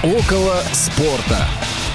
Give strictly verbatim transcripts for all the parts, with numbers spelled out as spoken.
Около спорта.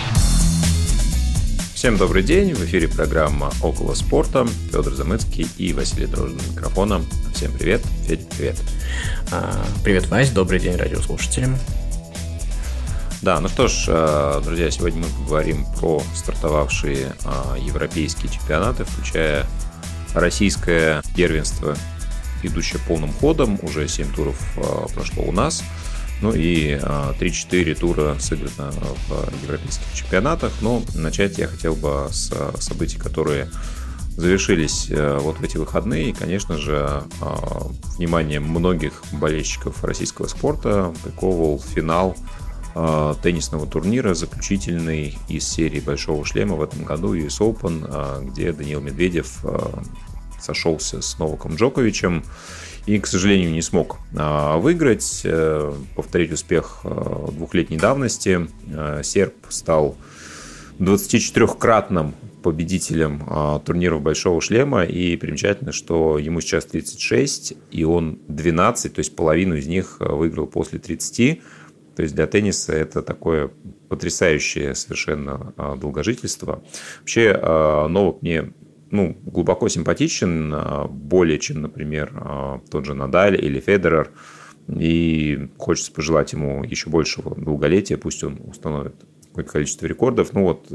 Всем добрый день, в эфире программа «Около спорта». Федор Замыцкий и Василий Дрожжин у микрофона. Всем привет. Федя, привет. Привет, Вась, добрый день радиослушателям. Да, ну что ж, друзья, сегодня мы поговорим про стартовавшие европейские чемпионаты, включая российское первенство, идущее полным ходом. Уже семь туров прошло у нас. Ну и три-четыре тура сыграно в европейских чемпионатах. Но начать я хотел бы с событий, которые завершились вот в эти выходные. И, конечно же, внимание многих болельщиков российского спорта приковывал финал теннисного турнира, заключительный из серии «Большого шлема» в этом году, ю эс Open, где Даниил Медведев сошелся с Новаком Джоковичем и, к сожалению, не смог выиграть, повторить успех двухлетней давности. Серб стал двадцатичетырёхкратным победителем турниров «Большого шлема», и примечательно, что ему сейчас тридцать шесть, и он двенадцать, то есть половину из них выиграл после тридцати. То есть для тенниса это такое потрясающее совершенно долгожительство. Вообще, Новак мне ну, глубоко симпатичен, более чем, например, тот же Надаль или Федерер. И хочется пожелать ему еще большего долголетия, пусть он установит какое-то количество рекордов. Ну вот,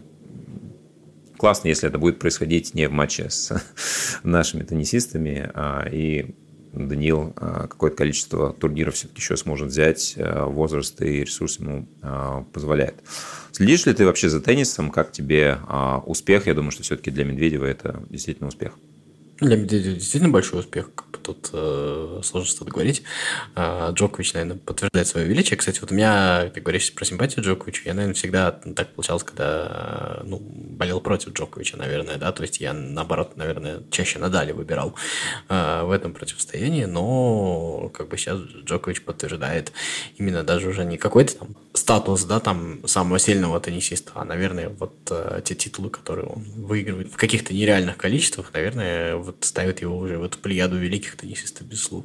классно, если это будет происходить не в матче с нашими теннисистами, и Даниил какое-то количество турниров все-таки еще сможет взять, возраст и ресурс ему позволяет. Следишь ли ты вообще за теннисом? Как тебе успех? Я думаю, что все-таки для Медведева это действительно успех. Для Медведева действительно большой успех. Как бы тут э, сложно что-то говорить. Э, Джокович, наверное, подтверждает свое величие. Кстати, вот у меня, ты говоришь про симпатию Джоковича, я, наверное, всегда так получалось, когда ну, болел против Джоковича, наверное, да, то есть я, наоборот, наверное, чаще Надаля выбирал э, в этом противостоянии, но как бы сейчас Джокович подтверждает именно даже уже не какой-то там статус, да, там самого сильного теннисиста, а, наверное, вот э, те титулы, которые он выигрывает в каких-то нереальных количествах, наверное, вот ставит его уже в эту плеяду великих теннисистов, безусловно.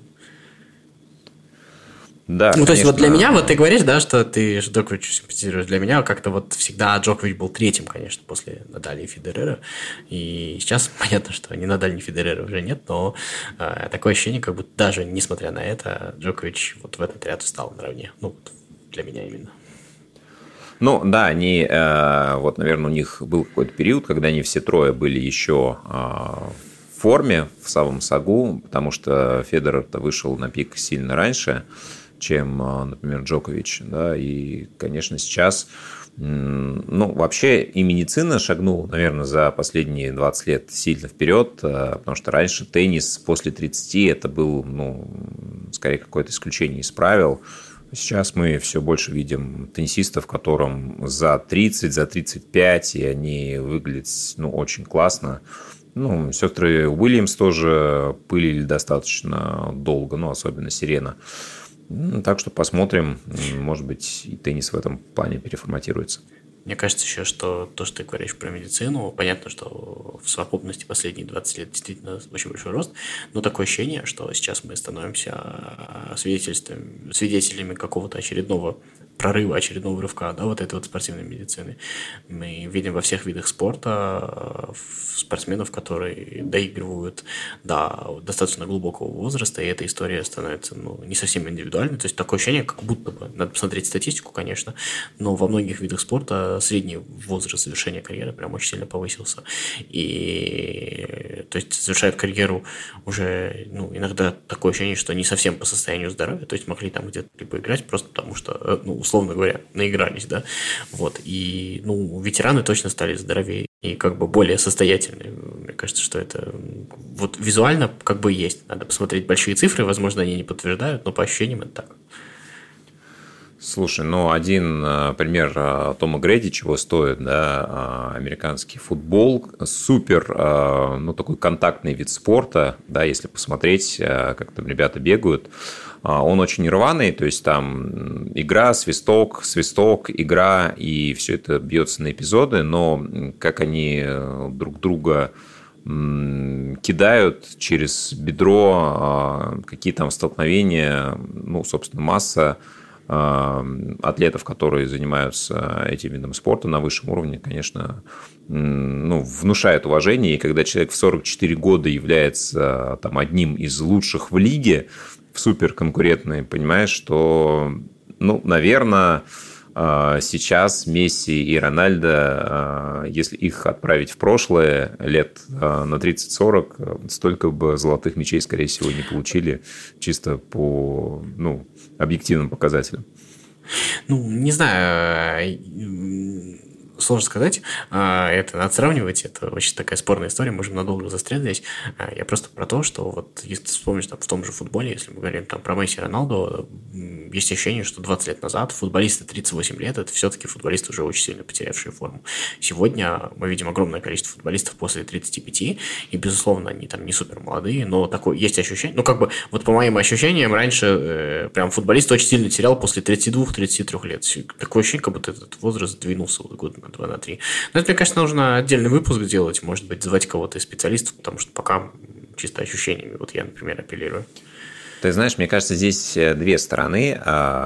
Да, ну, конечно. то есть, вот для меня, вот ты говоришь, да, что ты Джоковичу симпатизируешь. Для меня как-то вот всегда Джокович был третьим, конечно, после Надаля и Федерера. И сейчас понятно, что ни Надаль, ни Федерера уже нет, но э, такое ощущение, как будто даже несмотря на это, Джокович вот в этот ряд встал наравне. Ну, вот для меня именно. Ну, да, они, э, вот, наверное, у них был какой-то период, когда они все трое были еще э, в форме, в самом согу, потому что Федерер-то вышел на пик сильно раньше, чем, например, Джокович, да, и, конечно, сейчас, ну, вообще и медицина шагнула, наверное, за последние двадцать лет сильно вперед, потому что раньше теннис после тридцати это был, ну, скорее какое-то исключение из правил. Сейчас мы все больше видим теннисистов, которым за тридцать, за тридцать пять, и они выглядят, ну, очень классно. Ну, сестры Уильямс тоже пылили достаточно долго, ну, особенно Серена. Так что посмотрим, может быть, и теннис в этом плане переформатируется. Мне кажется еще, что то, что ты говоришь про медицину, понятно, что в совокупности последние двадцать лет действительно очень большой рост, но такое ощущение, что сейчас мы становимся свидетельствами, свидетелями какого-то очередного прорыва, очередного рывка, да, вот этой вот спортивной медицины. Мы видим во всех видах спорта спортсменов, которые доигрывают до достаточно глубокого возраста, и эта история становится, ну, не совсем индивидуальной. То есть такое ощущение, как будто бы, надо посмотреть статистику, конечно, но во многих видах спорта средний возраст завершения карьеры прям очень сильно повысился. И то есть завершают карьеру уже, ну, иногда такое ощущение, что не совсем по состоянию здоровья, то есть могли там где-то либо играть просто потому что, ну, условно говоря, наигрались, да, вот, и, ну, ветераны точно стали здоровее и как бы более состоятельные. Мне кажется, что это вот визуально как бы есть. Надо посмотреть большие цифры, возможно, они не подтверждают, но по ощущениям это так. Слушай, ну, один пример Тома Грэди, чего стоит, да, американский футбол, супер, ну, такой контактный вид спорта, да, если посмотреть, как там ребята бегают, он очень рваный, то есть там игра, свисток, свисток, игра, и все это бьется на эпизоды, но как они друг друга кидают через бедро, какие там столкновения, ну, собственно, масса атлетов, которые занимаются этим видом спорта на высшем уровне, конечно, ну, внушает уважение. И когда человек в сорок четыре года является там, одним из лучших в лиге, в суперконкурентной, понимаешь, что, ну, наверное, сейчас Месси и Рональдо, если их отправить в прошлое лет на тридцать-сорок, столько бы золотых мячей, скорее всего, не получили чисто по, ну, объективным показателям. Ну, не знаю, сложно сказать. Это надо сравнивать. Это очень такая спорная история. Можем надолго застрять здесь. Я просто про то, что вот если вспомнишь там, в том же футболе, если мы говорим там, про Месси и Роналду, есть ощущение, что двадцать лет назад футболисты тридцать восемь лет, это все-таки футболисты уже очень сильно потерявшие форму. Сегодня мы видим огромное количество футболистов после тридцати пяти, и, безусловно, они там не супер молодые, но такое есть ощущение. Ну, как бы, вот по моим ощущениям, раньше э, прям футболист очень сильно терял после тридцати двух — тридцати трёх лет. Такое ощущение, как будто этот возраст двинулся вот года на два, на три. Но это, мне кажется, нужно отдельный выпуск делать, может быть, звать кого-то из специалистов, потому что пока чисто ощущениями, вот я, например, апеллирую. Ты знаешь, мне кажется, здесь две стороны.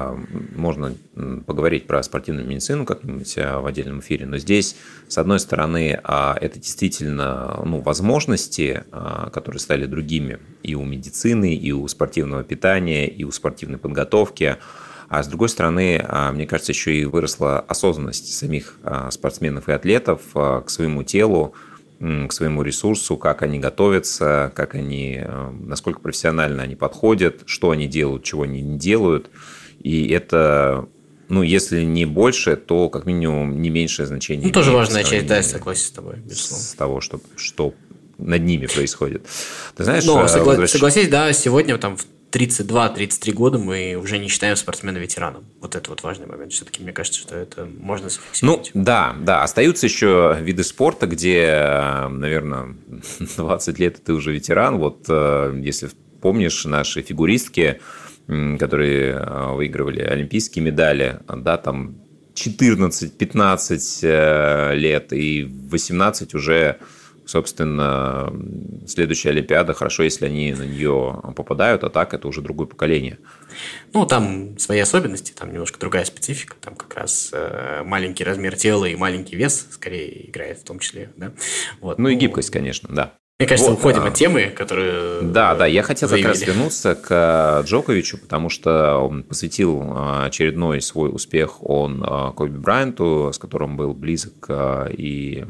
Можно поговорить про спортивную медицину как-нибудь в отдельном эфире, но здесь, с одной стороны, это действительно, ну, возможности, которые стали другими и у медицины, и у спортивного питания, и у спортивной подготовки. А с другой стороны, мне кажется, еще и выросла осознанность самих спортсменов и атлетов к своему телу, к своему ресурсу, как они готовятся, как они, насколько профессионально они подходят, что они делают, чего они не делают. И это, ну, если не больше, то как минимум не меньшее значение. Ну, тоже важная часть, да, я согласен с тобой, безусловно. С того, что, что над ними происходит. Ты знаешь, Но, согла- возвращ... согласись, да, сегодня там в тридцать два — тридцать три года мы уже не считаем спортсмена ветераном. Вот это вот важный момент. Все-таки мне кажется, что это можно зафиксировать. Ну, да, да. Остаются еще виды спорта, где, наверное, двадцать лет ты уже ветеран. Вот если помнишь, наши фигуристки, которые выигрывали олимпийские медали, да, там четырнадцать-пятнадцать лет, и в восемнадцать уже... Собственно, следующая Олимпиада, хорошо, если они на нее попадают, а так это уже другое поколение. Ну, там свои особенности, там немножко другая специфика, там как раз э, маленький размер тела и маленький вес скорее играет в том числе, да. Вот. Ну, ну и гибкость, конечно, да. Мне кажется, вот, уходим а... от темы, которые... Да, да, я хотел заявили. как раз вернуться к Джоковичу, потому что он посвятил очередной свой успех он Коби Брайанту, с которым был близок, и,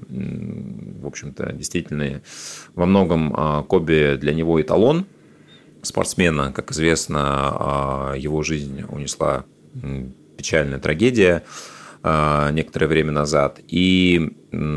в общем-то, действительно, во многом Коби для него эталон спортсмена. Как известно, его жизнь унесла печальная трагедия некоторое время назад, и...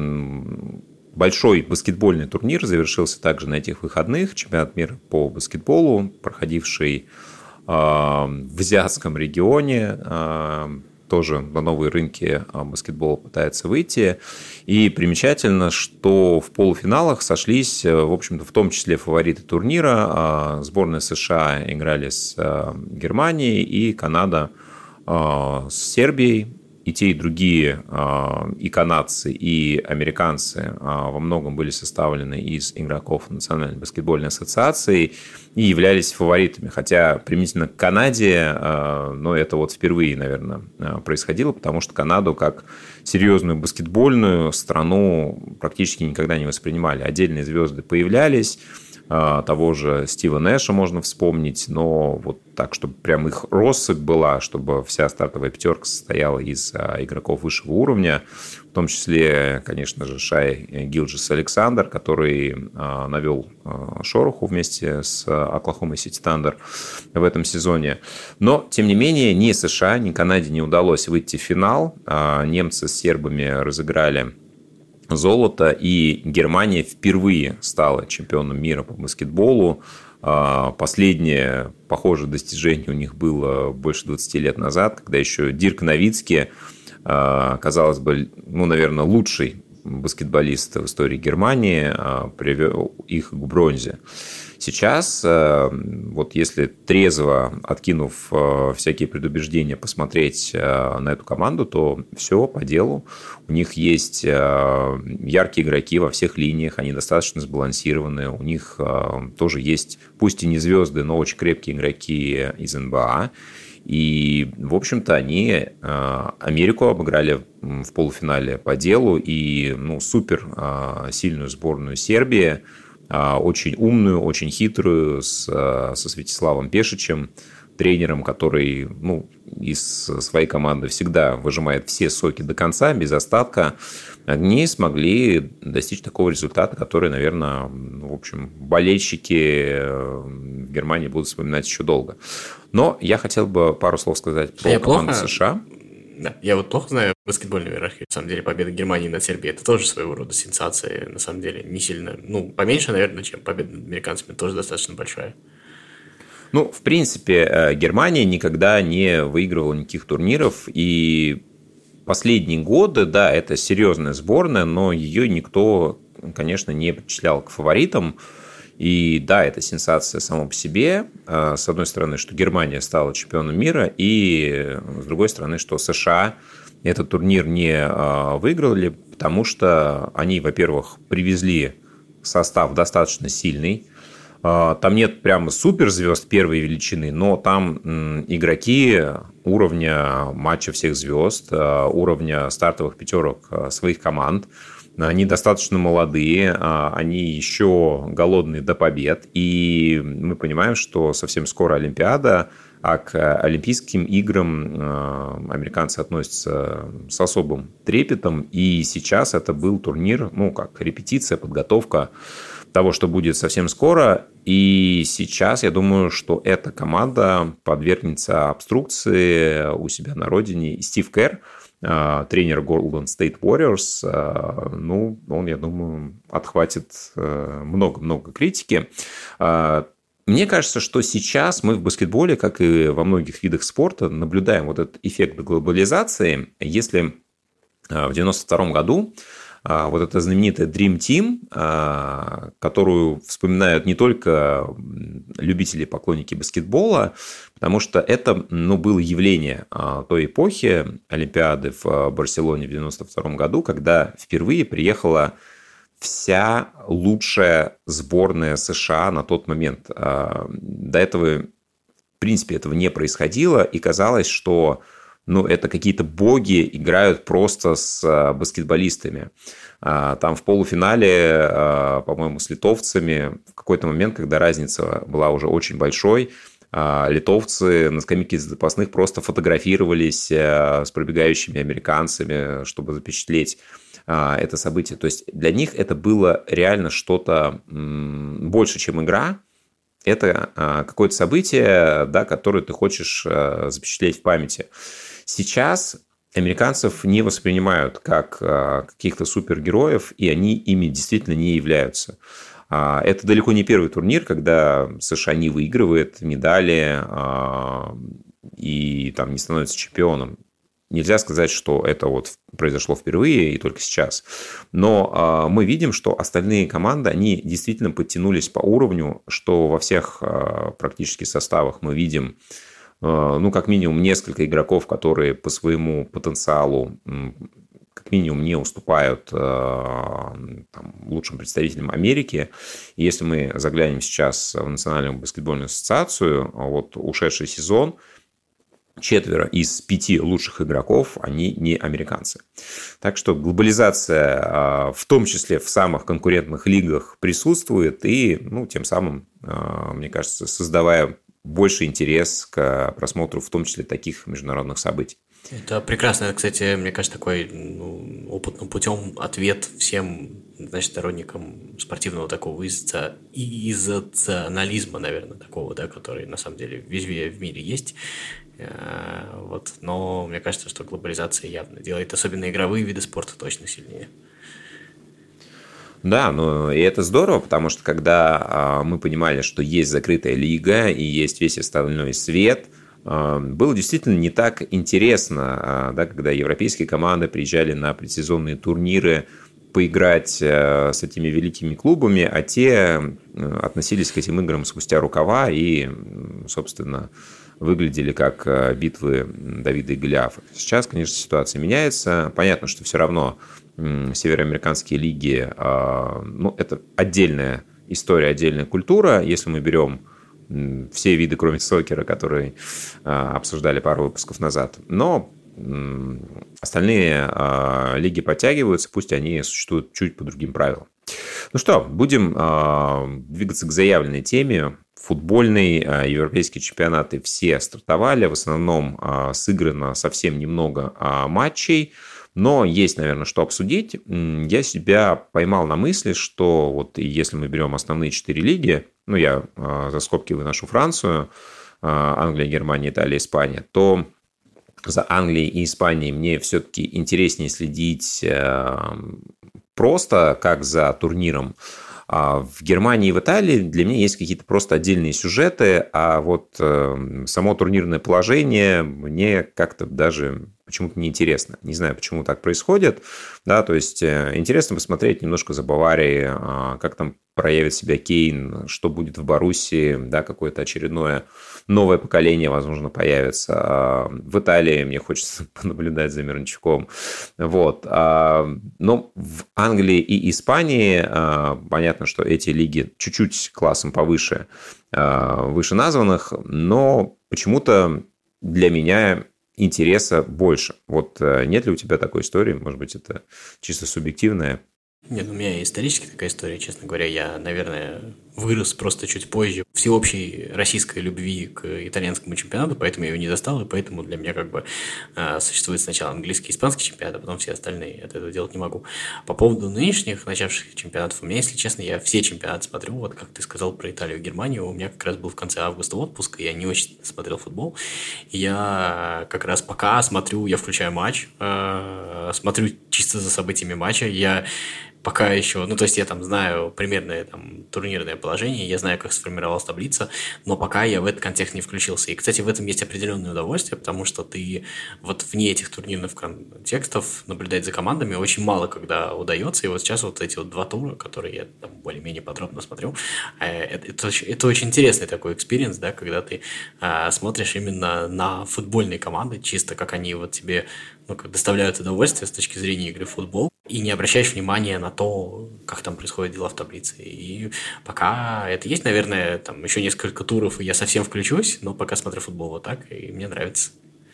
Большой баскетбольный турнир завершился также на этих выходных. Чемпионат мира по баскетболу, проходивший э, в Азиатском регионе. Э, тоже на новые рынки баскетбола пытается выйти. И примечательно, что в полуфиналах сошлись, в общем-то, в том числе фавориты турнира. Э, сборная США играли с э, Германией и Канада э, с Сербией. И те, и другие, и канадцы, и американцы во многом были составлены из игроков Национальной баскетбольной ассоциации и являлись фаворитами. Хотя применительно к Канаде, ну, это вот впервые, наверное, происходило, потому что Канаду как серьезную баскетбольную страну практически никогда не воспринимали. Отдельные звезды появлялись, того же Стива Нэша можно вспомнить, но вот так, чтобы прям их россыпь была, чтобы вся стартовая пятерка состояла из игроков высшего уровня, в том числе, конечно же, Шай Гилджес-Александр, который навел шороху вместе с Оклахома Сити Тандер в этом сезоне. Но, тем не менее, ни США, ни Канаде не удалось выйти в финал. Немцы с сербами разыграли золото, и Германия впервые стала чемпионом мира по баскетболу. Последнее, похоже, достижение у них было больше двадцати лет назад, когда еще Дирк Новицки, казалось бы, ну, наверное, лучший баскетболист в истории Германии, привел их к бронзе. Сейчас, вот если трезво, откинув всякие предубеждения, посмотреть на эту команду, то все по делу. У них есть яркие игроки во всех линиях, они достаточно сбалансированы. У них тоже есть, пусть и не звезды, но очень крепкие игроки из эн бэ а. И, в общем-то, они Америку обыграли в полуфинале по делу. И ну, супер сильную сборную Сербии, очень умную, очень хитрую, с, со Святославом Пешичем, тренером, который ну, из своей команды всегда выжимает все соки до конца, без остатка, они смогли достичь такого результата, который, наверное, ну, в общем, болельщики в Германии будут вспоминать еще долго. Но я хотел бы пару слов сказать про я команду плохо... США. Да, я вот плохо знаю баскетбольную иерархию. На самом деле, победа Германии над Сербией – это тоже своего рода сенсация, на самом деле, не сильно, ну, поменьше, наверное, чем победа над американцами, тоже достаточно большая. Ну, в принципе, Германия никогда не выигрывала никаких турниров, и последние годы, да, это серьезная сборная, но ее никто, конечно, не причислял к фаворитам. И да, это сенсация сама по себе. С одной стороны, что Германия стала чемпионом мира, и с другой стороны, что США этот турнир не выиграли, потому что они, во-первых, привезли состав достаточно сильный. Там нет прямо суперзвезд первой величины, но там игроки уровня матча всех звезд, уровня стартовых пятерок своих команд. Они достаточно молодые, они еще голодные до побед. И мы понимаем, что совсем скоро Олимпиада, а к Олимпийским играм американцы относятся с особым трепетом. И сейчас это был турнир, ну, как репетиция, подготовка того, что будет совсем скоро. И сейчас я думаю, что эта команда подвергнется обструкции у себя на родине. И Стив Керр, тренер Golden State Warriors, ну, он, я думаю, отхватит много-много критики. Мне кажется, что сейчас мы в баскетболе, как и во многих видах спорта, наблюдаем вот этот эффект глобализации. Если в девяносто втором году вот эта знаменитая Dream Team, которую вспоминают не только любители и поклонники баскетбола, потому что это ну, было явление той эпохи Олимпиады в Барселоне в девяносто втором году, когда впервые приехала вся лучшая сборная США на тот момент. До этого, в принципе, этого не происходило, и казалось, что ну, это какие-то боги играют просто с баскетболистами. Там в полуфинале, по-моему, с литовцами в какой-то момент, когда разница была уже очень большой, литовцы на скамейке запасных просто фотографировались с пробегающими американцами, чтобы запечатлеть это событие. То есть для них это было реально что-то больше, чем игра. Это какое-то событие, да, которое ты хочешь запечатлеть в памяти. Сейчас американцев не воспринимают как каких-то супергероев, и они ими действительно не являются. Это далеко не первый турнир, когда США не выигрывает медали и там не становится чемпионом. Нельзя сказать, что это вот произошло впервые и только сейчас. Но мы видим, что остальные команды, они действительно подтянулись по уровню, что во всех практически составах мы видим, ну, как минимум, несколько игроков, которые по своему потенциалу как минимум не уступают там, лучшим представителям Америки. И если мы заглянем сейчас в Национальную баскетбольную ассоциацию, вот ушедший сезон, четверо из пяти лучших игроков, они не американцы. Так что глобализация, в том числе в самых конкурентных лигах, присутствует, и ну, тем самым, мне кажется, создавая больше интерес к просмотру, в том числе таких международных событий. Это прекрасно, кстати, мне кажется, такой ну, опытным путем ответ всем, значит, сторонникам спортивного такого изоционализма, наверное, такого, да, который на самом деле везде в мире есть. Вот. Но мне кажется, что глобализация явно делает особенно игровые виды спорта точно сильнее. Да, ну и это здорово, потому что когда мы понимали, что есть закрытая лига и есть весь остальной свет, было действительно не так интересно, да, когда европейские команды приезжали на предсезонные турниры поиграть с этими великими клубами, а те относились к этим играм спустя рукава и, собственно, выглядели как битвы Давида и Голиафа. Сейчас, конечно, ситуация меняется. Понятно, что все равно североамериканские лиги, ну, это отдельная история, отдельная культура. Если мы берем все виды, кроме сокера, которые обсуждали пару выпусков назад. Но остальные лиги подтягиваются, пусть они существуют чуть по другим правилам. Ну что, будем двигаться к заявленной теме. Футбольные европейские чемпионаты все стартовали, в основном сыграно совсем немного матчей, но есть, наверное, что обсудить. Я себя поймал на мысли, что вот если мы берем основные четыре лиги, ну, я за скобки выношу Францию, Англия, Германия, Италия, Испания, то за Англией и Испанией мне все-таки интереснее следить просто как за турниром. В Германии и в Италии для меня есть какие-то просто отдельные сюжеты, а вот само турнирное положение мне как-то даже почему-то неинтересно. Не знаю, почему так происходит. Да, то есть интересно посмотреть немножко за Баварией, как там проявит себя Кейн, что будет в Боруссии, да, какое-то очередное новое поколение, возможно, появится. В Италии мне хочется понаблюдать за Миранчуком. Вот. Но в Англии и Испании понятно, что эти лиги чуть-чуть классом повыше выше названных, но почему-то для меня интереса больше. Вот нет ли у тебя такой истории? Может быть, это чисто субъективная? Нет, у меня исторически такая история, честно говоря. Я, наверное, вырос просто чуть позже всеобщей российской любви к итальянскому чемпионату, поэтому я его не застал, и поэтому для меня как бы э, существует сначала английский и испанский чемпионат, а потом все остальные. Я этого делать не могу. По поводу нынешних начавших чемпионатов, у меня, если честно, я все чемпионаты смотрю. Вот как ты сказал про Италию и Германию, у меня как раз был в конце августа отпуск, и я не очень смотрел футбол. И я как раз пока смотрю, я включаю матч, э, смотрю чисто за событиями матча. Я пока еще, ну, то есть я там знаю примерное там турнирное положение, я знаю, как сформировалась таблица, но пока я в этот контекст не включился. И, кстати, в этом есть определенное удовольствие, потому что ты вот вне этих турнирных контекстов наблюдать за командами очень мало когда удается. И вот сейчас вот эти вот два тура, которые я там более-менее подробно смотрю, это, это, это очень интересный такой экспириенс, да, когда ты а, смотришь именно на футбольные команды, чисто как они вот тебе, ну, как доставляют удовольствие с точки зрения игры в футбол, и не обращаешь внимания на то, как там происходят дела в таблице. И пока это есть, наверное, там еще несколько туров, и я совсем включусь, но пока смотрю футбол вот так, и мне нравится.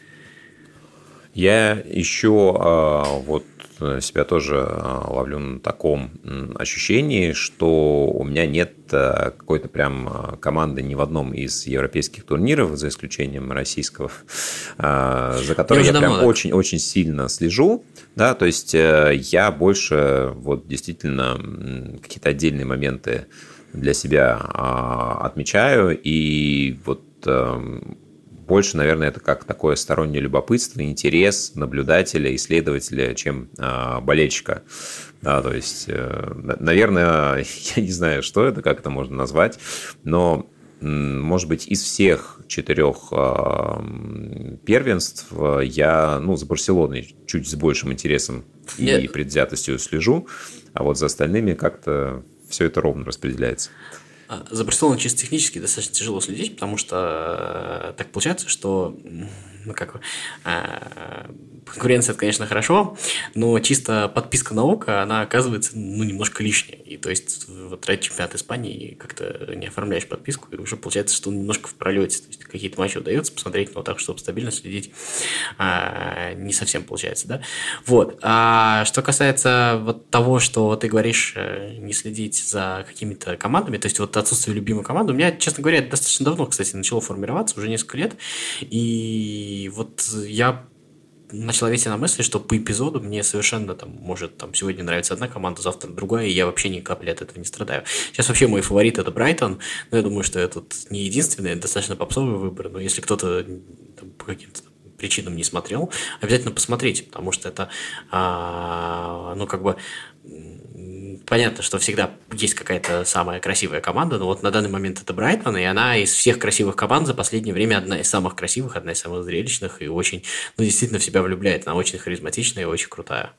Я еще вот себя тоже ловлю на таком ощущении, что у меня нет какой-то прям команды ни в одном из европейских турниров, за исключением российского, за которой я, я прям очень-очень сильно слежу. Да, то есть я больше вот действительно какие-то отдельные моменты для себя отмечаю, и вот больше, наверное, это как такое стороннее любопытство, интерес наблюдателя, исследователя, чем э, болельщика. Да, то есть, э, наверное, я не знаю, что это, как это можно назвать, но, может быть, из всех четырех э, первенств я, ну, за Барселоной чуть с большим интересом Нет. и предвзятостью слежу, а вот за остальными как-то все это ровно распределяется. За Барселоной чисто технически достаточно тяжело следить, потому что так получается, что ну, как, конкуренция, это, конечно, хорошо, но чисто подписка на око, она оказывается ну, немножко лишняя. И то есть вот ради чемпионата Испании как-то не оформляешь подписку, и уже получается, что немножко в пролете. То есть какие-то матчи удается посмотреть, но так, чтобы стабильно следить, не совсем получается, да? Вот. А что касается вот того, что ты говоришь, не следить за какими-то командами, то есть вот отсутствие любимой команды, у меня, честно говоря, это достаточно давно, кстати, начало формироваться, уже несколько лет, и вот я начала вести на мысли, что по эпизоду мне совершенно там, может, там сегодня нравится одна команда, завтра другая, и я вообще ни капли от этого не страдаю. Сейчас вообще мой фаворит это Брайтон, но я думаю, что я тут не единственный, это достаточно попсовый выбор, но если кто-то там, по каким-то причинам не смотрел, обязательно посмотрите, потому что это, а, ну, как бы понятно, что всегда есть какая-то самая красивая команда, но вот на данный момент это Брайтон, и она из всех красивых команд за последнее время одна из самых красивых, одна из самых зрелищных, и очень, ну, действительно в себя влюбляет. Она очень харизматичная и очень крутая.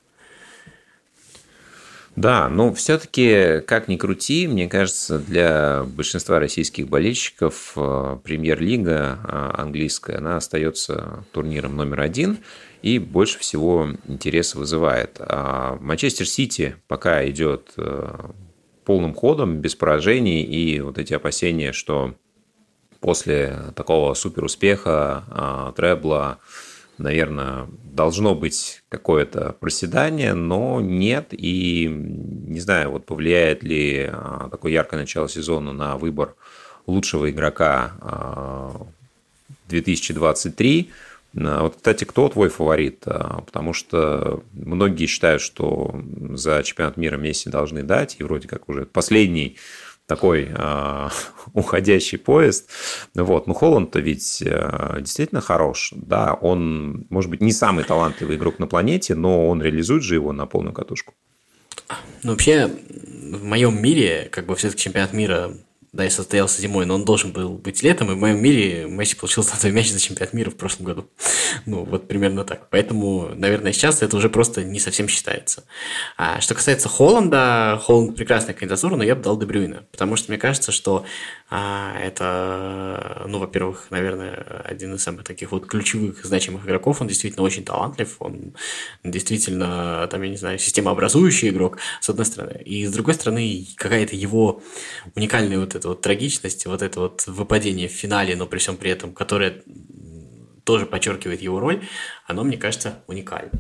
Да, но все-таки, как ни крути, мне кажется, для большинства российских болельщиков премьер-лига английская, она остается турниром номер один и больше всего интереса вызывает. А Манчестер Сити пока идет полным ходом, без поражений, и вот эти опасения, что после такого суперуспеха, требла, наверное, должно быть какое-то проседание, но нет. И не знаю, вот повлияет ли такое яркое начало сезона на выбор лучшего игрока две тысячи двадцать три. Вот, кстати, кто твой фаворит? Потому что многие считают, что за чемпионат мира Месси должны дать, и вроде как уже последний такой э, уходящий поезд. Вот. Но Холланд-то ведь э, действительно хорош. Да, он, может быть, не самый талантливый игрок на планете, но он реализует же его на полную катушку. Ну, вообще, в моем мире, как бы, все-таки чемпионат мира, да, и состоялся зимой, но он должен был быть летом, и в моем мире Месси получил золотой мяч за чемпионат мира в прошлом году. Ну, вот примерно так. Поэтому, наверное, сейчас это уже просто не совсем считается. А что касается Холланда, Холланд прекрасная кандидатура, но я бы дал Де Брюйне, потому что мне кажется, что а, это, ну, во-первых, наверное, один из самых таких вот ключевых, значимых игроков. Он действительно очень талантлив, он действительно, там, я не знаю, системообразующий игрок, с одной стороны. И с другой стороны, какая-то его уникальная вот эта вот трагичность, вот это вот выпадение в финале, но при всем при этом, которое тоже подчеркивает его роль, оно, мне кажется, уникально.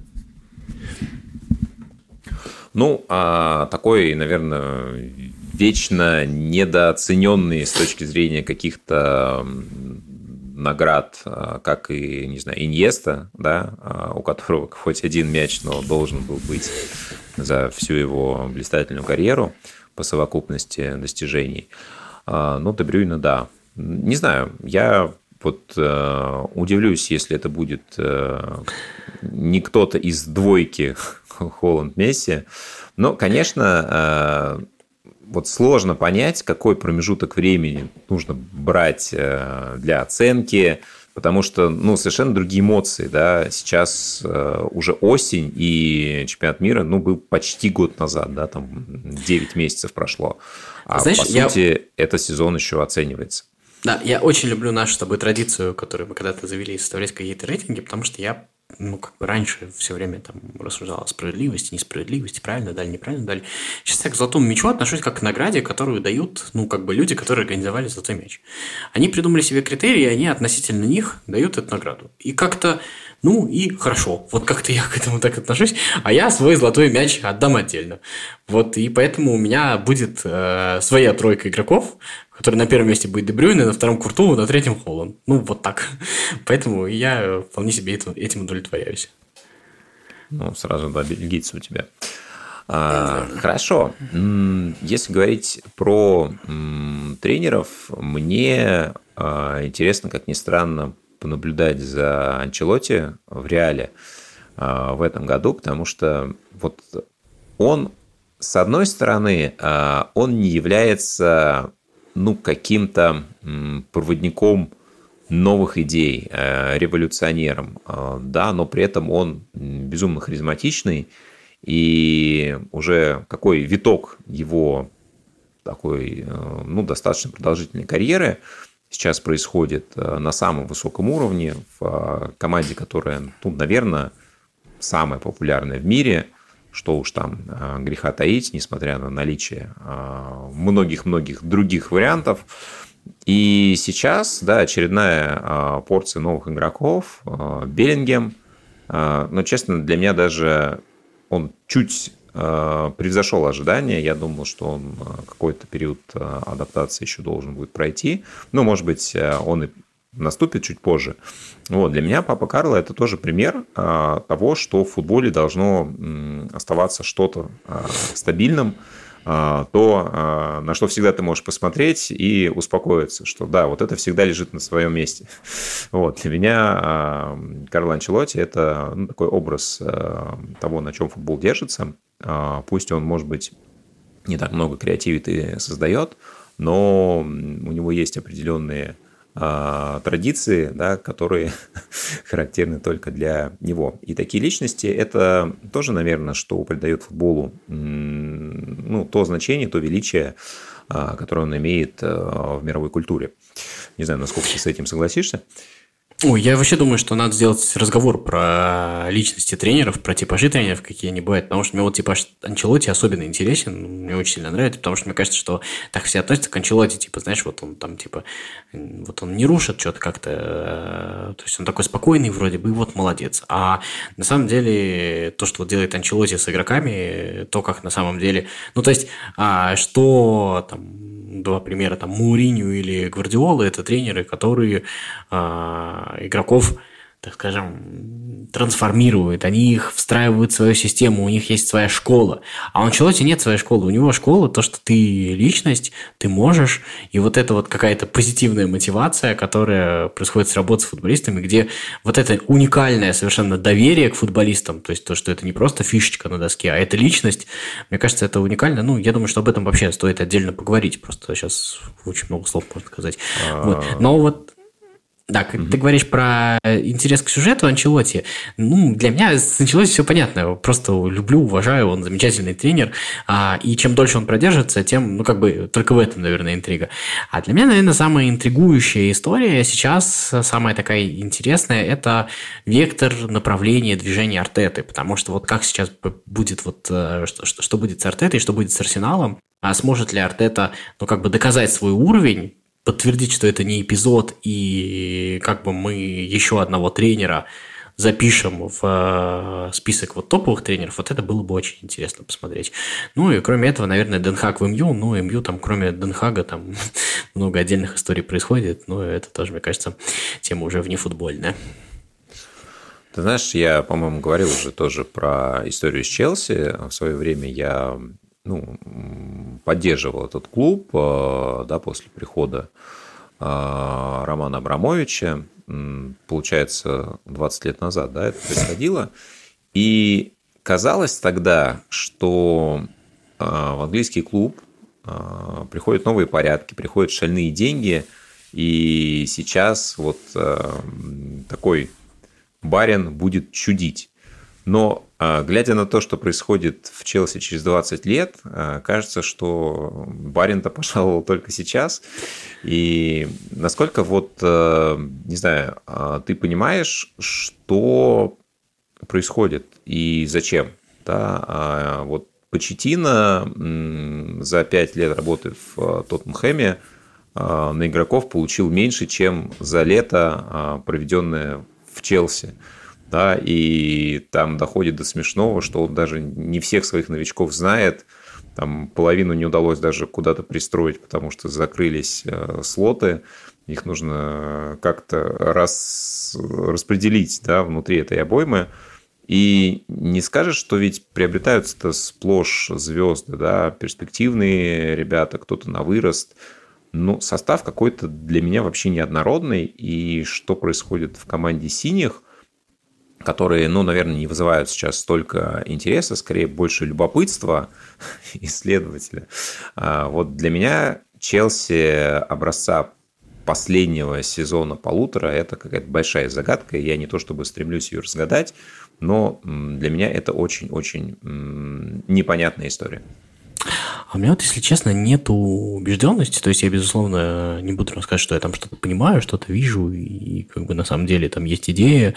Ну, а такой, наверное, вечно недооцененный с точки зрения каких-то наград, как и, не знаю, Иньеста, да, у которого хоть один мяч, но должен был быть за всю его блистательную карьеру по совокупности достижений. Ну, Де Брюйне, да. Не знаю, я вот э, удивлюсь, если это будет э, не кто-то из двойки Холланд-Месси. Но, конечно, э, вот сложно понять, какой промежуток времени нужно брать э, для оценки, потому что, ну, совершенно другие эмоции, да. Сейчас э, уже осень, и чемпионат мира, ну, был почти год назад, да, там девять месяцев прошло. А знаешь, по сути, я... этот сезон еще оценивается. Да, я очень люблю нашу с тобой традицию, которую мы когда-то завели, составлять какие-то рейтинги, потому что я, ну, как бы раньше все время там рассуждал о справедливости, несправедливости, правильно дали, неправильно дали. Сейчас я к золотому мячу отношусь как к награде, которую дают, ну, как бы люди, которые организовали золотой мяч. Они придумали себе критерии, и они относительно них дают эту награду. И как-то, ну, и хорошо. Вот как-то я к этому так отношусь, а я свой золотой мяч отдам отдельно. Вот, и поэтому у меня будет э, своя тройка игроков, который на первом месте будет Де Брюйне, на втором Куртуву, на третьем Холланд. Ну, вот так. Поэтому я вполне себе этим удовлетворяюсь. Ну, сразу два бельгийца у тебя. А, хорошо. Если говорить про м, тренеров, мне а, интересно, как ни странно, понаблюдать за Анчелотти в Реале а, в этом году, потому что вот он, с одной стороны, а, он не является... ну, каким-то проводником новых идей, революционером, да, но при этом он безумно харизматичный, и уже какой виток его такой, ну, достаточно продолжительной карьеры сейчас происходит на самом высоком уровне в команде, которая, ну, наверное, самая популярная в мире. Что уж там греха таить, несмотря на наличие многих-многих других вариантов. И сейчас, да, очередная порция новых игроков. Беллингем. Но, честно, для меня даже он чуть превзошел ожидания. Я думал, что он какой-то период адаптации еще должен будет пройти. Ну, может быть, он и наступит чуть позже. Вот, для меня Папа Карло – это тоже пример а, того, что в футболе должно м, оставаться что-то а, стабильным, а, то, а, на что всегда ты можешь посмотреть и успокоиться, что да, вот это всегда лежит на своем месте. Вот, для меня а, Карло Анчелотти – это, ну, такой образ а, того, на чем футбол держится. А, пусть он, может быть, не так много креативит и создает, но у него есть определенные традиции, да, которые характерны только для него. И такие личности – это тоже, наверное, что придает футболу, ну, то значение, то величие, которое он имеет в мировой культуре. Не знаю, насколько ты с этим согласишься. Ой, я вообще думаю, что надо сделать разговор про личности тренеров, про типажи тренеров, какие они бывают, потому что мне вот типаж Анчелотти особенно интересен, мне очень сильно нравится, потому что мне кажется, что так все относятся к Анчелотти, типа, знаешь, вот он там, типа, вот он не рушит что-то как-то, то есть он такой спокойный вроде бы, и вот молодец. А на самом деле то, что вот делает Анчелотти с игроками, то, как на самом деле, ну, то есть, а, что там, два примера, там, Мауриньо или Гвардиола, это тренеры, которые а, игроков, так скажем, трансформируют, они их встраивают в свою систему, у них есть своя школа. А у Анчелотти нет своей школы, у него школа то, что ты личность, ты можешь, и вот это вот какая-то позитивная мотивация, которая происходит с работой с футболистами, где вот это уникальное совершенно доверие к футболистам, то есть то, что это не просто фишечка на доске, а это личность, мне кажется, это уникально. Ну, я думаю, что об этом вообще стоит отдельно поговорить, просто сейчас очень много слов можно сказать. Вот. Но вот да, как mm-hmm. ты говоришь про интерес к сюжету Анчелотти, ну, для меня с Анчелотти все понятно, просто люблю, уважаю, он замечательный тренер, а, и чем дольше он продержится, тем, ну, как бы, только в этом, наверное, интрига. А для меня, наверное, самая интригующая история сейчас, самая такая интересная, это вектор направления движения Артеты, потому что вот как сейчас будет, вот, что, что, что будет с Артетой, что будет с Арсеналом, а сможет ли Артета, ну, как бы доказать свой уровень, подтвердить, что это не эпизод, и как бы мы еще одного тренера запишем в список вот топовых тренеров, вот это было бы очень интересно посмотреть. Ну и кроме этого, наверное, Ден Хаг в МЮ, ну МЮ там кроме Ден Хага там много отдельных историй происходит, но это тоже, мне кажется, тема уже внефутбольная. Ты знаешь, я, по-моему, говорил уже тоже про историю с Челси. В свое время я ну, поддерживал этот клуб, да, после прихода Романа Абрамовича. Получается, двадцать лет назад, да, это происходило. И казалось тогда, что в английский клуб приходят новые порядки, приходят шальные деньги, и сейчас вот такой барин будет чудить. Но, глядя на то, что происходит в Челси через двадцать лет, кажется, что барин-то пожаловал только сейчас. И насколько вот, не знаю, ты понимаешь, что происходит и зачем? Да? Вот Почеттино за пять лет работы в Тоттенхэме на игроков получил меньше, чем за лето, проведенное в Челси. Да, и там доходит до смешного, что он даже не всех своих новичков знает. Там половину не удалось даже куда-то пристроить, потому что закрылись слоты. Их нужно как-то рас... распределить, да, внутри этой обоймы. И не скажешь, что ведь приобретаются-то сплошь звезды, да, перспективные ребята, кто-то на вырост. Но состав какой-то для меня вообще неоднородный. И что происходит в команде синих, которые, ну, наверное, не вызывают сейчас столько интереса, скорее больше любопытства исследователя. Вот для меня Челси образца последнего сезона полутора – это какая-то большая загадка. Я не то чтобы стремлюсь ее разгадать, но для меня это очень-очень непонятная история. А у меня вот, если честно, нету убежденности, то есть я, безусловно, не буду рассказывать, что я там что-то понимаю, что-то вижу, и как бы на самом деле там есть идея,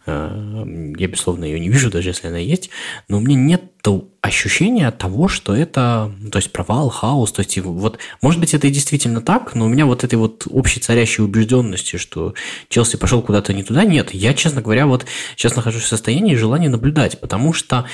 я, безусловно, ее не вижу, даже если она есть, но у меня нету ощущения того, что это, то есть провал, хаос, то есть вот, может быть, это и действительно так, но у меня вот этой вот общей царящей убежденности, что Челси пошел куда-то не туда, нет. Я, честно говоря, вот сейчас нахожусь в состоянии желания наблюдать, потому что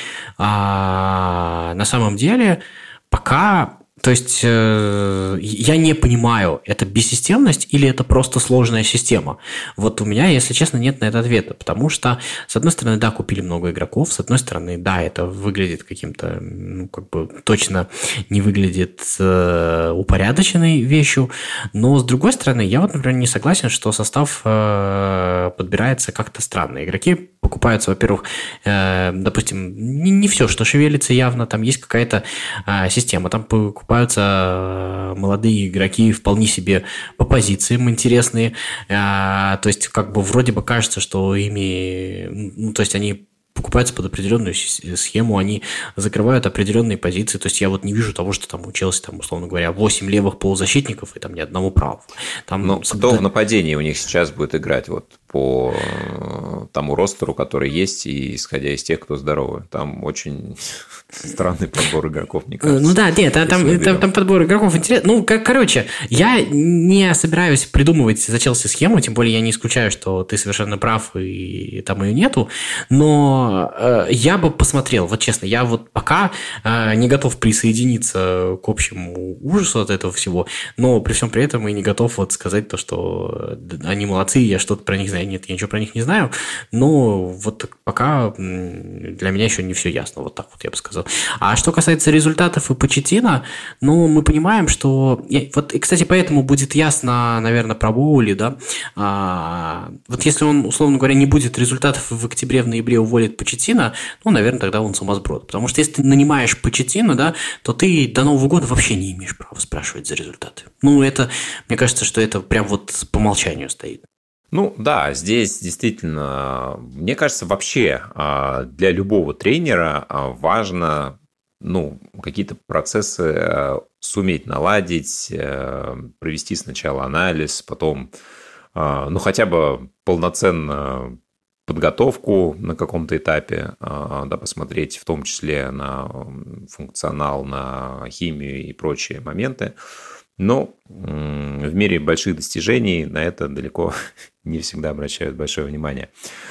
а, на самом деле пока, то есть э, я не понимаю, это бессистемность или это просто сложная система. Вот у меня, если честно, нет на это ответа, потому что, с одной стороны, да, купили много игроков, с одной стороны, да, это выглядит каким-то, ну, как бы точно не выглядит э, упорядоченной вещью, но, с другой стороны, я вот, например, не согласен, что состав э, подбирается как-то странно. Игроки покупаются, во-первых, э, допустим, не, не все, что шевелится явно, там есть какая-то э, система, там покупаются молодые игроки вполне себе по позициям интересные, э, то есть как бы вроде бы кажется, что ими, ну, то есть они покупаются под определенную схему, они закрывают определенные позиции, то есть я вот не вижу того, что там у Челси, там, условно говоря, восемь левых полузащитников и там ни одного правого. Там, но кто да... в нападении у них сейчас будет играть? Вот по тому ростеру, который есть, и исходя из тех, кто здоровый. Там очень странный подбор игроков, мне кажется. Ну да, нет, там, там, там подбор игроков интересный. Ну, как, короче, я не собираюсь придумывать за Челси схему, тем более я не исключаю, что ты совершенно прав, и там ее нету, но э, я бы посмотрел, вот честно, я вот пока э, не готов присоединиться к общему ужасу от этого всего, но при всем при этом и не готов вот сказать то, что они молодцы, я что-то про них знаю. Нет, я ничего про них не знаю, но вот пока для меня еще не все ясно, вот так вот я бы сказал. А что касается результатов и Почеттино, ну, мы понимаем, что... Вот, и, кстати, поэтому будет ясно, наверное, про Боули, да, а, вот если он, условно говоря, не будет результатов в октябре, в ноябре уволит Почеттино, ну, наверное, тогда он сумасброд, потому что если ты нанимаешь Почеттино, да, то ты до Нового года вообще не имеешь права спрашивать за результаты. Ну, это, мне кажется, что это прям вот по умолчанию стоит. Ну да, здесь действительно, мне кажется, вообще для любого тренера важно, ну, какие-то процессы суметь наладить, провести сначала анализ, потом, ну, хотя бы полноценно подготовку на каком-то этапе, да, посмотреть в том числе на функционал, на химию и прочие моменты. Но в мире больших достижений на это далеко не всегда обращают большое внимание.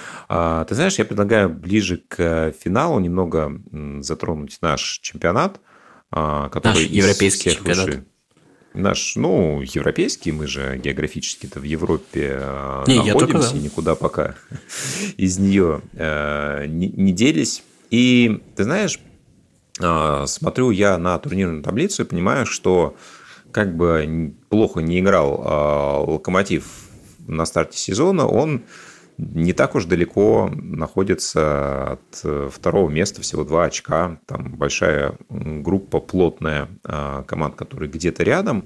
Ты знаешь, я предлагаю ближе к финалу немного затронуть наш чемпионат, который... Наш европейский чемпионат. Лучше... Наш, ну, европейский, мы же географически-то в Европе не, находимся, и никуда пока из нее не, не делись. И ты знаешь, смотрю я на турнирную таблицу и понимаю, что как бы плохо не играл Локомотив на старте сезона, он не так уж далеко находится от второго места, всего два очка. Там большая группа, плотная команд, которые где-то рядом.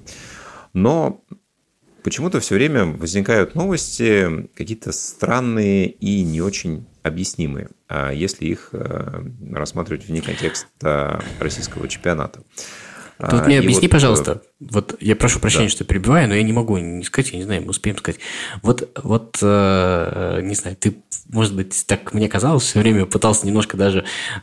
Но почему-то все время возникают новости какие-то странные и не очень объяснимые, если их рассматривать вне контекста российского чемпионата. Ты вот мне объясни, вот, пожалуйста, вот я прошу прощения, да. что перебиваю, но я не могу не сказать, я не знаю, мы успеем сказать. Вот, вот э, не знаю, ты, может быть, так мне казалось, все время пытался немножко даже,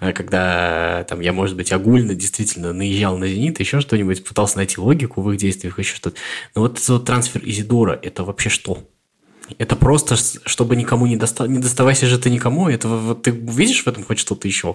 когда там я, может быть, огульно действительно наезжал на «Зенит», еще что-нибудь, пытался найти логику в их действиях, еще что-то. Но вот этот трансфер Изидора, это вообще что? Это просто, чтобы никому не достал, не доставайся же ты никому, это вот ты видишь в этом хоть что-то еще?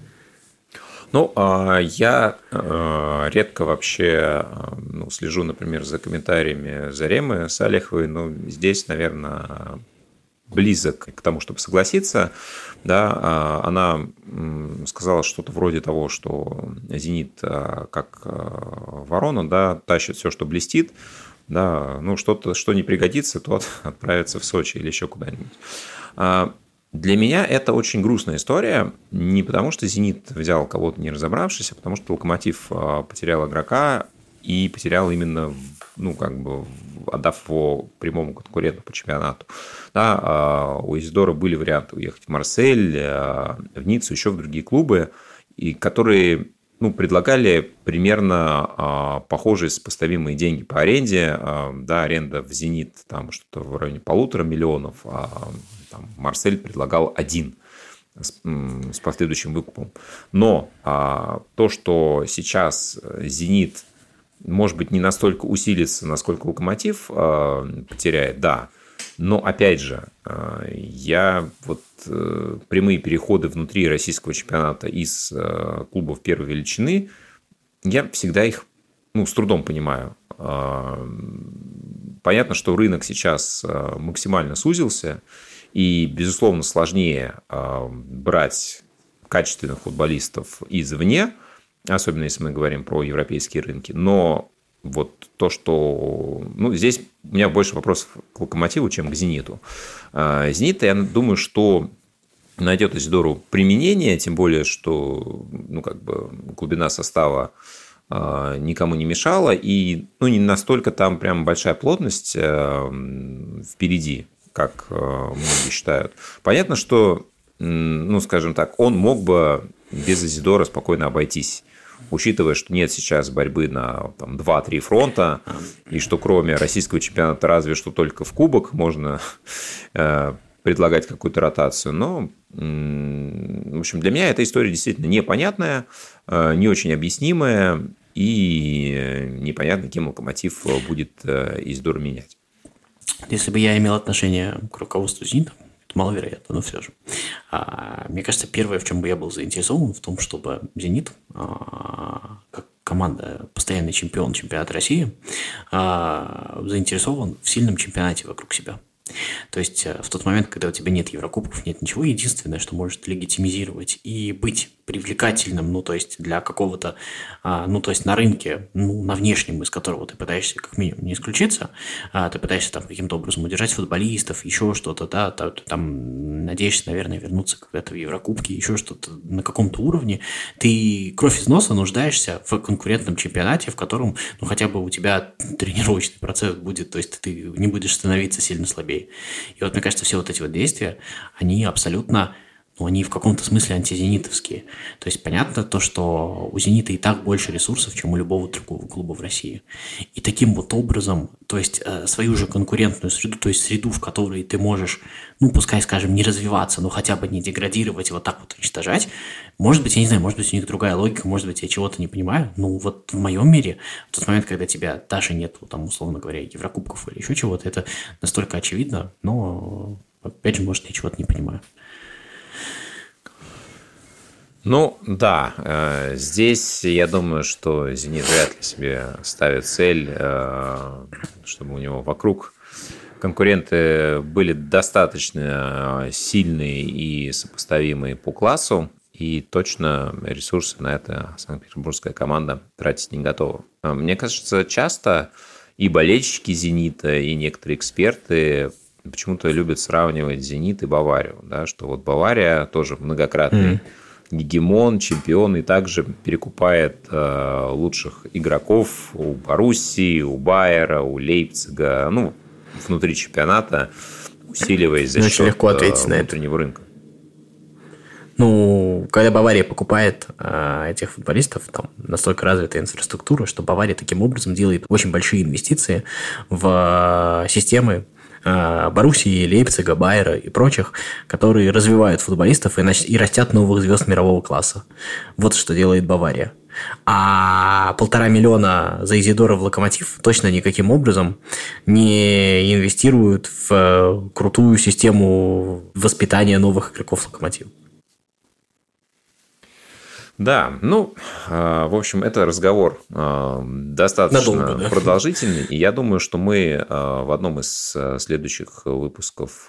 Ну, я редко вообще ну, слежу, например, за комментариями Заремы Салиховой, но здесь, наверное, близок к тому, чтобы согласиться. Да, она сказала что-то вроде того, что «Зенит» как ворона, да, тащит все, что блестит, да, ну, что-то, что не пригодится, то отправится в Сочи или еще куда-нибудь. Для меня это очень грустная история, не потому что «Зенит» взял кого-то не разобравшись, а потому что «Локомотив» потерял игрока и потерял именно, ну, как бы, отдав его прямому конкуренту по чемпионату. Да, у Изидора были варианты уехать в Марсель, в Ниццу, еще в другие клубы, и которые... Ну, предлагали примерно а, похожие сопоставимые деньги по аренде. А, да, аренда в «Зенит» там что-то в районе полутора миллионов, а там, Марсель предлагал один с, с последующим выкупом. Но а, то, что сейчас «Зенит», может быть, не настолько усилится, насколько «Локомотив» а, потеряет, да. Но, опять же, я вот прямые переходы внутри российского чемпионата из клубов первой величины, я всегда их, ну, с трудом понимаю. Понятно, что рынок сейчас максимально сузился, и, безусловно, сложнее брать качественных футболистов извне, особенно если мы говорим про европейские рынки, но вот то, что... Ну, здесь у меня больше вопросов к «Локомотиву», чем к «Зениту». «Зенит», я думаю, что найдет Изидору применение, тем более, что, ну, как бы глубина состава никому не мешала, и, ну, не настолько там прям большая плотность впереди, как многие считают. Понятно, что, ну, скажем так, он мог бы без Изидора спокойно обойтись учитывая, что нет сейчас борьбы на там, два-три фронта, и что кроме российского чемпионата разве что только в кубок можно э, предлагать какую-то ротацию. Но, в общем, для меня эта история действительно непонятная, э, не очень объяснимая, и непонятно, кем Локомотив будет э, Изидора менять. Если бы я имел отношение к руководству «Зенита», это маловероятно, но все же. А, мне кажется, первое, в чем бы я был заинтересован, в том, чтобы «Зенит», а, как команда, постоянный чемпион чемпионата России, а, заинтересован в сильном чемпионате вокруг себя. То есть в тот момент, когда у тебя нет Еврокубков, нет ничего, единственное, что может легитимизировать и быть привлекательным, ну, то есть для какого-то, а, ну, то есть на рынке, ну, на внешнем, из которого ты пытаешься как минимум не исключиться, а, ты пытаешься там каким-то образом удержать футболистов, еще что-то, да, там, там надеешься, наверное, вернуться когда-то в Еврокубки, еще что-то на каком-то уровне, ты кровь из носа нуждаешься в конкурентном чемпионате, в котором, ну, хотя бы у тебя тренировочный процесс будет, то есть ты не будешь становиться сильно слабее. И вот, мне кажется, все вот эти вот действия, они абсолютно, ну, они в каком-то смысле антизенитовские. То есть понятно то, что у «Зенита» и так больше ресурсов, чем у любого другого клуба в России. И таким вот образом, то есть э, свою же конкурентную среду, то есть среду, в которой ты можешь, ну, пускай, скажем, не развиваться, но хотя бы не деградировать и вот так вот уничтожать, может быть, я не знаю, может быть, у них другая логика, может быть, я чего-то не понимаю, но вот в моем мире, в тот момент, когда тебя даже нет, там, условно говоря, Еврокубков или еще чего-то, это настолько очевидно, но, опять же, может, я чего-то не понимаю. Ну, да, здесь я думаю, что «Зенит» вряд ли себе ставит цель, чтобы у него вокруг конкуренты были достаточно сильные и сопоставимые по классу, и точно ресурсы на это санкт-петербургская команда тратить не готова. Мне кажется, часто и болельщики «Зенита», и некоторые эксперты почему-то любят сравнивать «Зенит» и «Баварию», да, что вот Бавария тоже многократный mm. гегемон, чемпион, и также перекупает э, лучших игроков у Боруссии, у Байера, у Лейпцига, ну, внутри чемпионата, усиливаясь за счет легко ответить на внутреннего это. рынка. Ну, когда Бавария покупает э, этих футболистов, там настолько развитая инфраструктура, что Бавария таким образом делает очень большие инвестиции в э, системы Боруссии, Лейпцига, Байера и прочих, которые развивают футболистов и, и растят новых звезд мирового класса. Вот что делает Бавария. А полтора миллиона за Изидора в Локомотив точно никаким образом не инвестируют в крутую систему воспитания новых игроков Локомотива. Да, ну, в общем, это разговор достаточно Надолго, да? продолжительный, и я думаю, что мы в одном из следующих выпусков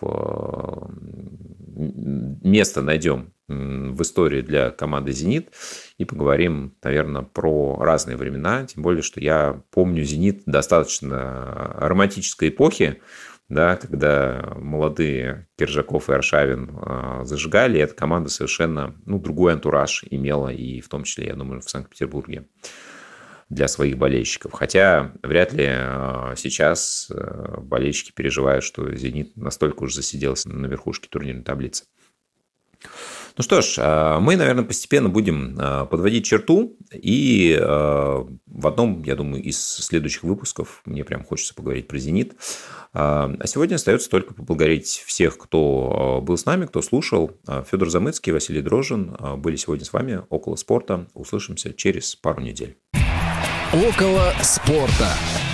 место найдем в истории для команды «Зенит» и поговорим, наверное, про разные времена, тем более, что я помню «Зенит» достаточно романтической эпохи, да, когда молодые Киржаков и Аршавин э, зажигали, и эта команда совершенно ну, другой антураж имела, и в том числе, я думаю, в Санкт-Петербурге для своих болельщиков. Хотя вряд ли э, сейчас э, болельщики переживают, что «Зенит» настолько уж засиделся на верхушке турнирной таблицы. Ну что ж, мы, наверное, постепенно будем подводить черту, и в одном, я думаю, из следующих выпусков мне прям хочется поговорить про «Зенит». А сегодня остается только поблагодарить всех, кто был с нами, кто слушал. Федор Замыцкий, Василий Дрожжин были сегодня с вами около спорта. Услышимся через пару недель. Около спорта.